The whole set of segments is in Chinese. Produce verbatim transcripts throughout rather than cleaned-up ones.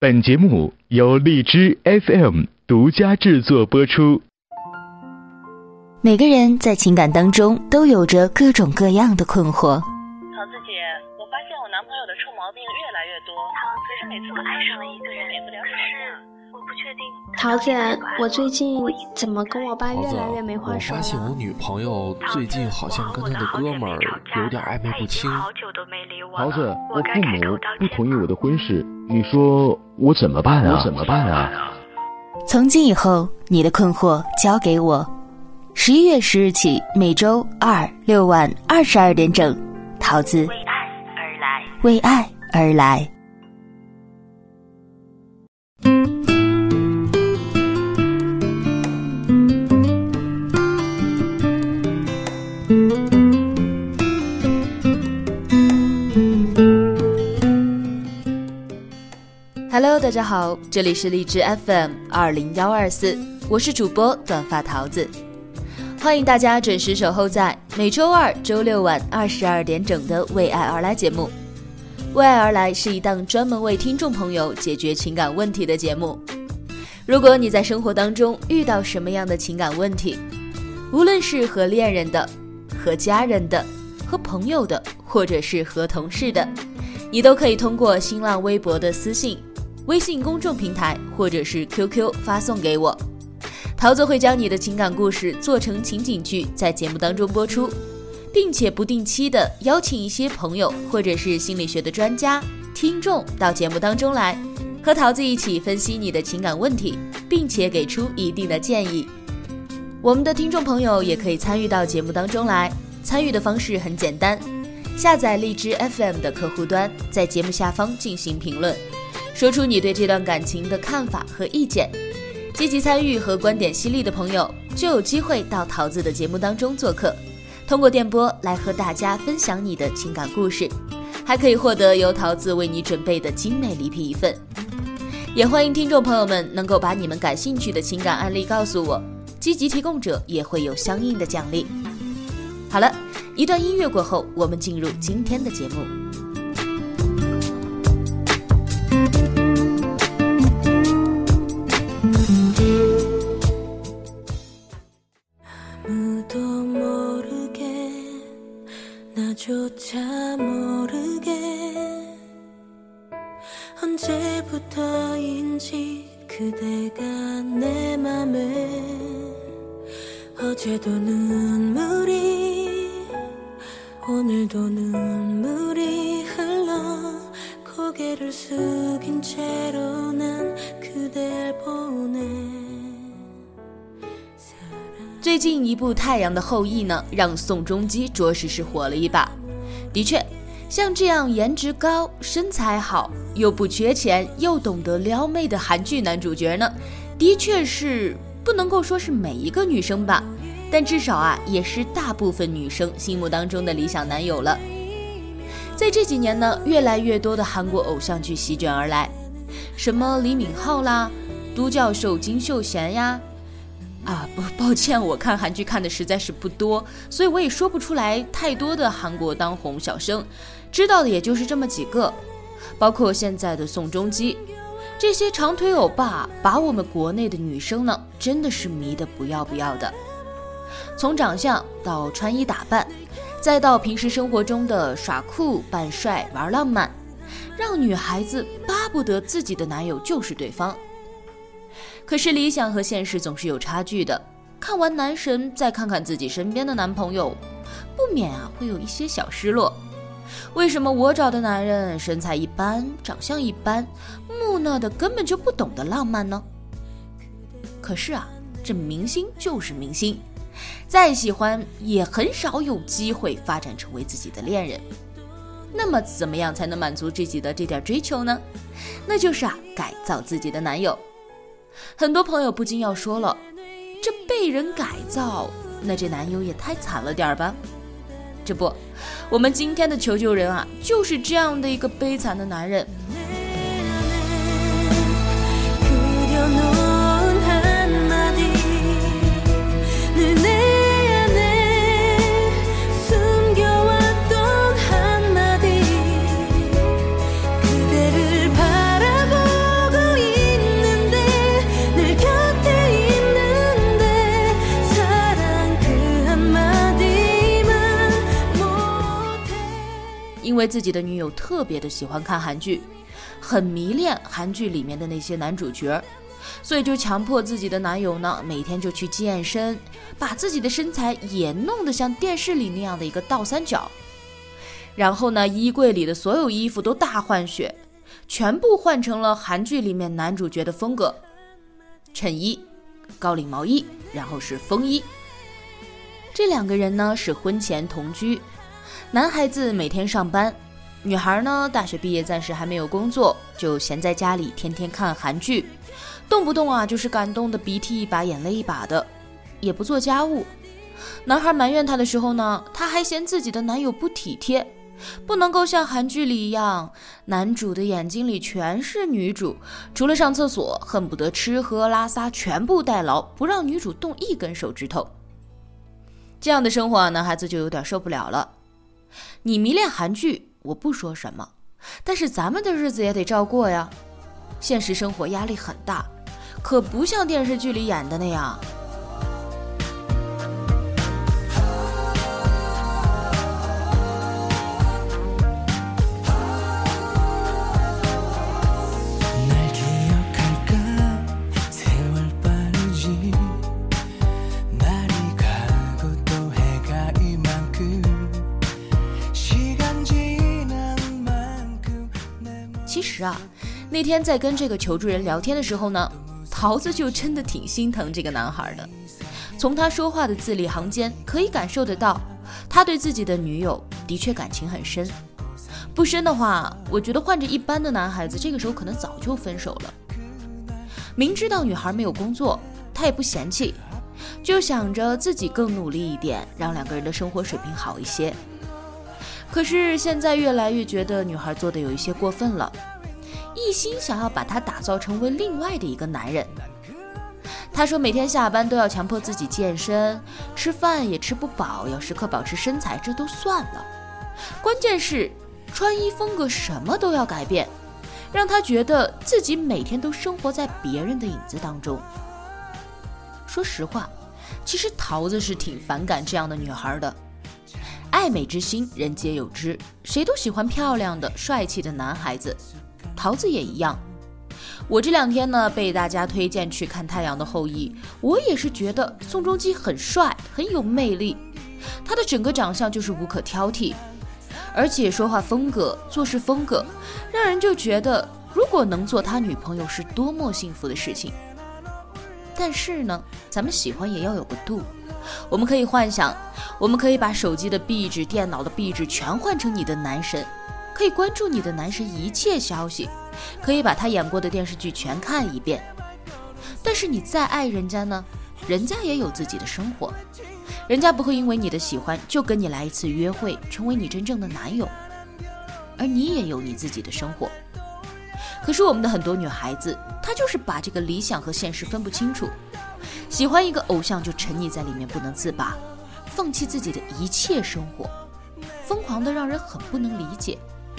本节目由荔枝 F M 独家制作播出。 每个人在情感当中都有着各种各样的困惑。 桃子姐，我发现我男朋友的臭毛病越来越多，可是每次我爱上了一个人，免不了吵架。我不确定。 桃子，我最近怎么跟我爸越来越没话说了？ 我发现我女朋友最近好像跟她的哥们儿有点暧昧不清。 桃子，我父母不同意我的婚事，你说我怎么办啊？我怎么办啊？ 从今以后，你的困惑交给我。十一月十日起，每周二六晚二十二点整，桃子为爱而来， 为爱而来。Hello， 大家好，这里是荔枝 F M 二零一二四，我是主播短发桃子。欢迎大家准时守候在每周二、周六晚二十二点整的为爱而来节目。为爱而来是一档专门为听众朋友解决情感问题的节目。如果你在生活当中遇到什么样的情感问题，无论是和恋人的、和家人的、和朋友的，或者是和同事的，你都可以通过新浪微博的私信、微信公众平台或者是 Q Q 发送给我。桃子会将你的情感故事做成情景剧，在节目当中播出，并且不定期的邀请一些朋友或者是心理学的专家、听众到节目当中来，和桃子一起分析你的情感问题，并且给出一定的建议。我们的听众朋友也可以参与到节目当中来，参与的方式很简单，下载荔枝 F M 的客户端，在节目下方进行评论，说出你对这段感情的看法和意见。积极参与和观点犀利的朋友就有机会到桃子的节目当中做客，通过电波来和大家分享你的情感故事，还可以获得由桃子为你准备的精美礼品一份。也欢迎听众朋友们能够把你们感兴趣的情感案例告诉我，积极提供者也会有相应的奖励。好了，一段音乐过後，我們進入今天的節目。最近一部《太阳的后裔》呢，让宋仲基着实是火了一把。的确，像这样颜值高、身材好、又不缺钱、又懂得撩妹的韩剧男主角呢，的确是不能够说是每一个女生吧，但至少啊，也是大部分女生心目当中的理想男友了。在这几年呢，越来越多的韩国偶像剧席卷而来，什么李敏镐啦、都教授金秀贤呀。啊，不，抱歉，我看韩剧看的实在是不多，所以我也说不出来太多的韩国当红小生，知道的也就是这么几个，包括现在的宋仲基，这些长腿欧巴把我们国内的女生呢，真的是迷得不要不要的。从长相到穿衣打扮，再到平时生活中的耍酷、扮帅、玩浪漫，让女孩子巴不得自己的男友就是对方。可是理想和现实总是有差距的，看完男神再看看自己身边的男朋友，不免啊会有一些小失落。为什么我找的男人身材一般，长相一般，木讷的根本就不懂得浪漫呢？可是啊，这明星就是明星，再喜欢也很少有机会发展成为自己的恋人。那么怎么样才能满足自己的这点追求呢？那就是啊改造自己的男友。很多朋友不禁要说了，这被人改造，那这男友也太惨了点吧？这不，我们今天的求救人啊，就是这样的一个悲惨的男人。 为自己的女友特别的喜欢看韩剧，很迷恋韩剧里面的那些男主角，所以就强迫自己的男友呢，每天就去健身，把自己的身材也弄得像电视里那样的一个倒三角。然后呢，衣柜里的所有衣服都大换血，全部换成了韩剧里面男主角的风格，衬衣、高领毛衣，然后是风衣。这两个人呢是婚前同居，男孩子每天上班，女孩呢大学毕业暂时还没有工作，就闲在家里天天看韩剧，动不动啊就是感动的鼻涕一把眼泪一把的，也不做家务。男孩埋怨她的时候呢，她还嫌自己的男友不体贴，不能够像韩剧里一样，男主的眼睛里全是女主，除了上厕所恨不得吃喝拉撒全部代劳，不让女主动一根手指头。这样的生活啊，男孩子就有点受不了了。你迷恋韩剧我不说什么，但是咱们的日子也得照过呀，现实生活压力很大，可不像电视剧里演的那样。其实啊，那天在跟这个求助人聊天的时候呢，桃子就真的挺心疼这个男孩的。从他说话的字里行间可以感受得到，他对自己的女友的确感情很深。不深的话，我觉得换着一般的男孩子，这个时候可能早就分手了。明知道女孩没有工作，他也不嫌弃，就想着自己更努力一点，让两个人的生活水平好一些。可是现在越来越觉得女孩做的有一些过分了，一心想要把他打造成为另外的一个男人。他说每天下班都要强迫自己健身，吃饭也吃不饱，要时刻保持身材，这都算了，关键是穿衣风格什么都要改变，让他觉得自己每天都生活在别人的影子当中。说实话，其实桃子是挺反感这样的女孩的。爱美之心人皆有之，谁都喜欢漂亮的帅气的男孩子，桃子也一样。我这两天呢被大家推荐去看《太阳的后裔》，我也是觉得宋仲基很帅，很有魅力，他的整个长相就是无可挑剔，而且说话风格做事风格让人就觉得如果能做他女朋友是多么幸福的事情。但是呢，咱们喜欢也要有个度，我们可以幻想，我们可以把手机的壁纸、电脑的壁纸全换成你的男神，可以关注你的男神一切消息，可以把他演过的电视剧全看一遍。但是你再爱人家呢，人家也有自己的生活，人家不会因为你的喜欢就跟你来一次约会，成为你真正的男友，而你也有你自己的生活。可是我们的很多女孩子，她就是把这个理想和现实分不清楚，喜欢一个偶像就沉溺在里面不能自拔，放弃自己的一切生活，疯狂的让人很不能理解。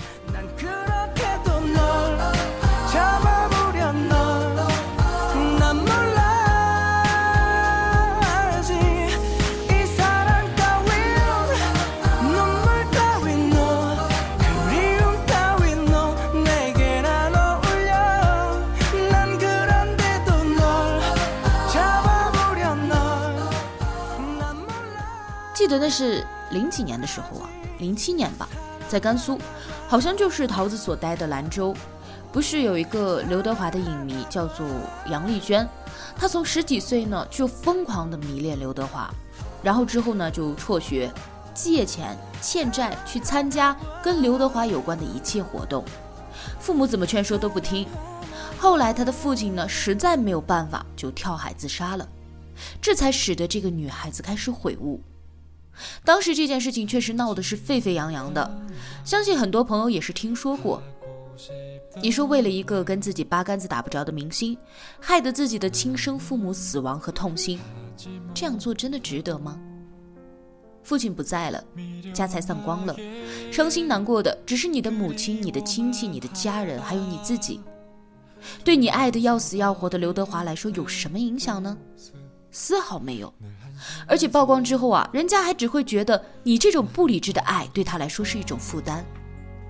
记得那是零几年的时候啊，零七年吧，在甘肃，好像就是桃子所待的兰州，不是有一个刘德华的影迷叫做杨丽娟，她从十几岁呢就疯狂的迷恋刘德华，然后之后呢就辍学、借钱、欠债去参加跟刘德华有关的一切活动，父母怎么劝说都不听。后来他的父亲呢实在没有办法，就跳海自杀了，这才使得这个女孩子开始悔悟。当时这件事情确实闹得是沸沸扬扬的，相信很多朋友也是听说过。你说为了一个跟自己八竿子打不着的明星，害得自己的亲生父母死亡和痛心，这样做真的值得吗？父亲不在了，家财散光了，伤心难过的只是你的母亲、你的亲戚、你的家人，还有你自己。对你爱的要死要活的刘德华来说有什么影响呢？丝毫没有。而且曝光之后啊，人家还只会觉得你这种不理智的爱对他来说是一种负担。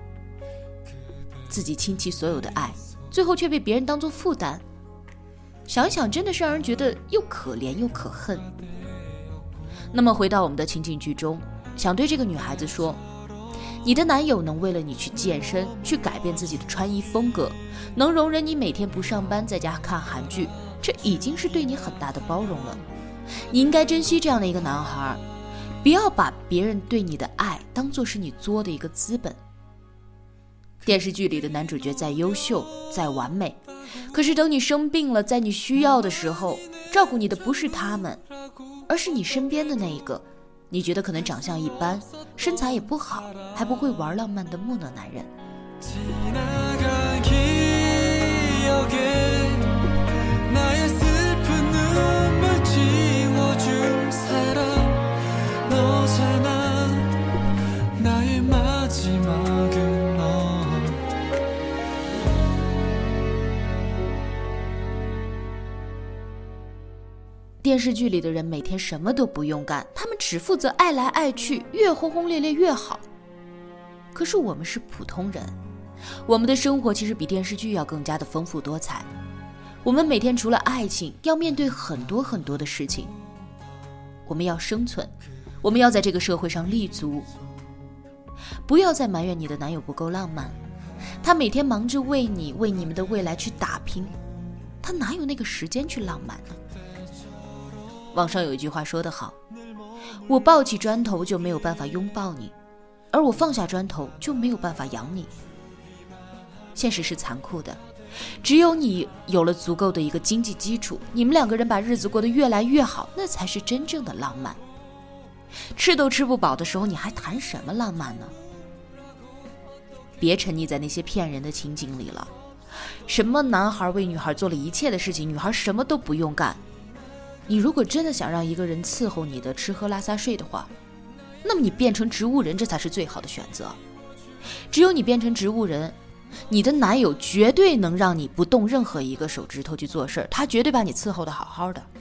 自己倾其所有的爱，最后却被别人当作负担。想想真的是让人觉得又可怜又可恨。那么回到我们的情景剧中，想对这个女孩子说，你的男友能为了你去健身，去改变自己的穿衣风格，能容忍你每天不上班在家看韩剧，这已经是对你很大的包容了。你应该珍惜这样的一个男孩，不要把别人对你的爱当作是你作的一个资本。电视剧里的男主角再优秀再完美，可是等你生病了，在你需要的时候，照顾你的不是他们，而是你身边的那一个你觉得可能长相一般，身材也不好，还不会玩浪漫的木讷男人。电视剧里的人每天什么都不用干，他们只负责爱来爱去，越轰轰烈烈越好。可是我们是普通人，我们的生活其实比电视剧要更加的丰富多彩。我们每天除了爱情，要面对很多很多的事情。我们要生存，我们要在这个社会上立足。不要再埋怨你的男友不够浪漫，他每天忙着为你为你们的未来去打拼，他哪有那个时间去浪漫呢？网上有一句话说得好，我抱起砖头就没有办法拥抱你，而我放下砖头就没有办法养你。现实是残酷的，只有你有了足够的一个经济基础，你们两个人把日子过得越来越好，那才是真正的浪漫。吃都吃不饱的时候，你还谈什么浪漫呢？别沉溺在那些骗人的情景里了。什么男孩为女孩做了一切的事情，女孩什么都不用干。你如果真的想让一个人伺候你的吃喝拉撒睡的话，那么你变成植物人，这才是最好的选择。只有你变成植物人，你的男友绝对能让你不动任何一个手指头去做事，他绝对把你伺候得好好的。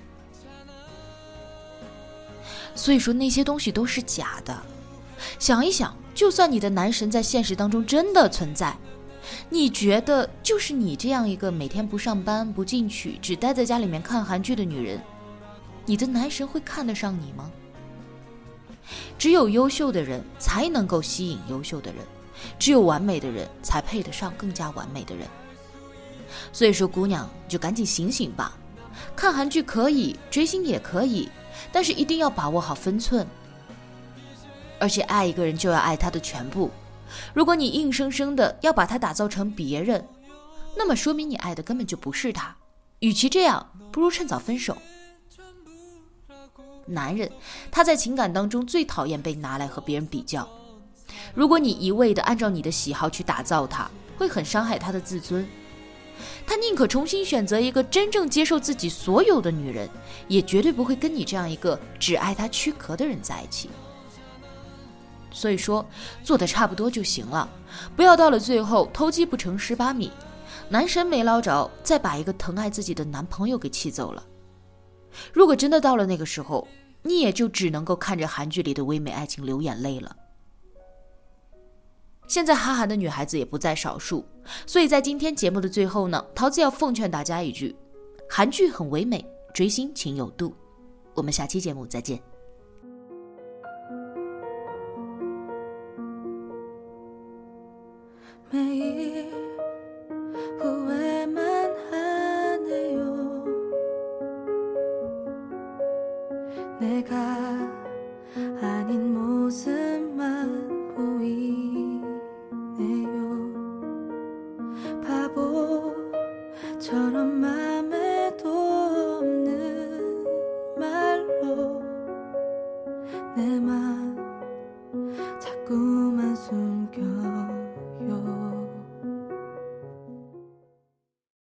所以说那些东西都是假的。想一想，就算你的男神在现实当中真的存在，你觉得就是你这样一个每天不上班不进取只待在家里面看韩剧的女人，你的男神会看得上你吗？只有优秀的人才能够吸引优秀的人，只有完美的人才配得上更加完美的人。所以说姑娘就赶紧醒醒吧，看韩剧可以，追星也可以，但是一定要把握好分寸。而且爱一个人就要爱他的全部，如果你硬生生的要把他打造成别人，那么说明你爱的根本就不是他，与其这样，不如趁早分手。男人他在情感当中最讨厌被拿来和别人比较，如果你一味的按照你的喜好去打造他，会很伤害他的自尊。他宁可重新选择一个真正接受自己所有的女人，也绝对不会跟你这样一个只爱他躯壳的人在一起。所以说做得差不多就行了，不要到了最后偷鸡不成蚀把米，男神没捞着，再把一个疼爱自己的男朋友给气走了。如果真的到了那个时候，你也就只能够看着韩剧里的唯美爱情流眼泪了。现在哈韩的女孩子也不在少数，所以在今天节目的最后呢，桃子要奉劝大家一句，韩剧很唯美，追星请有度。我们下期节目再见。 每一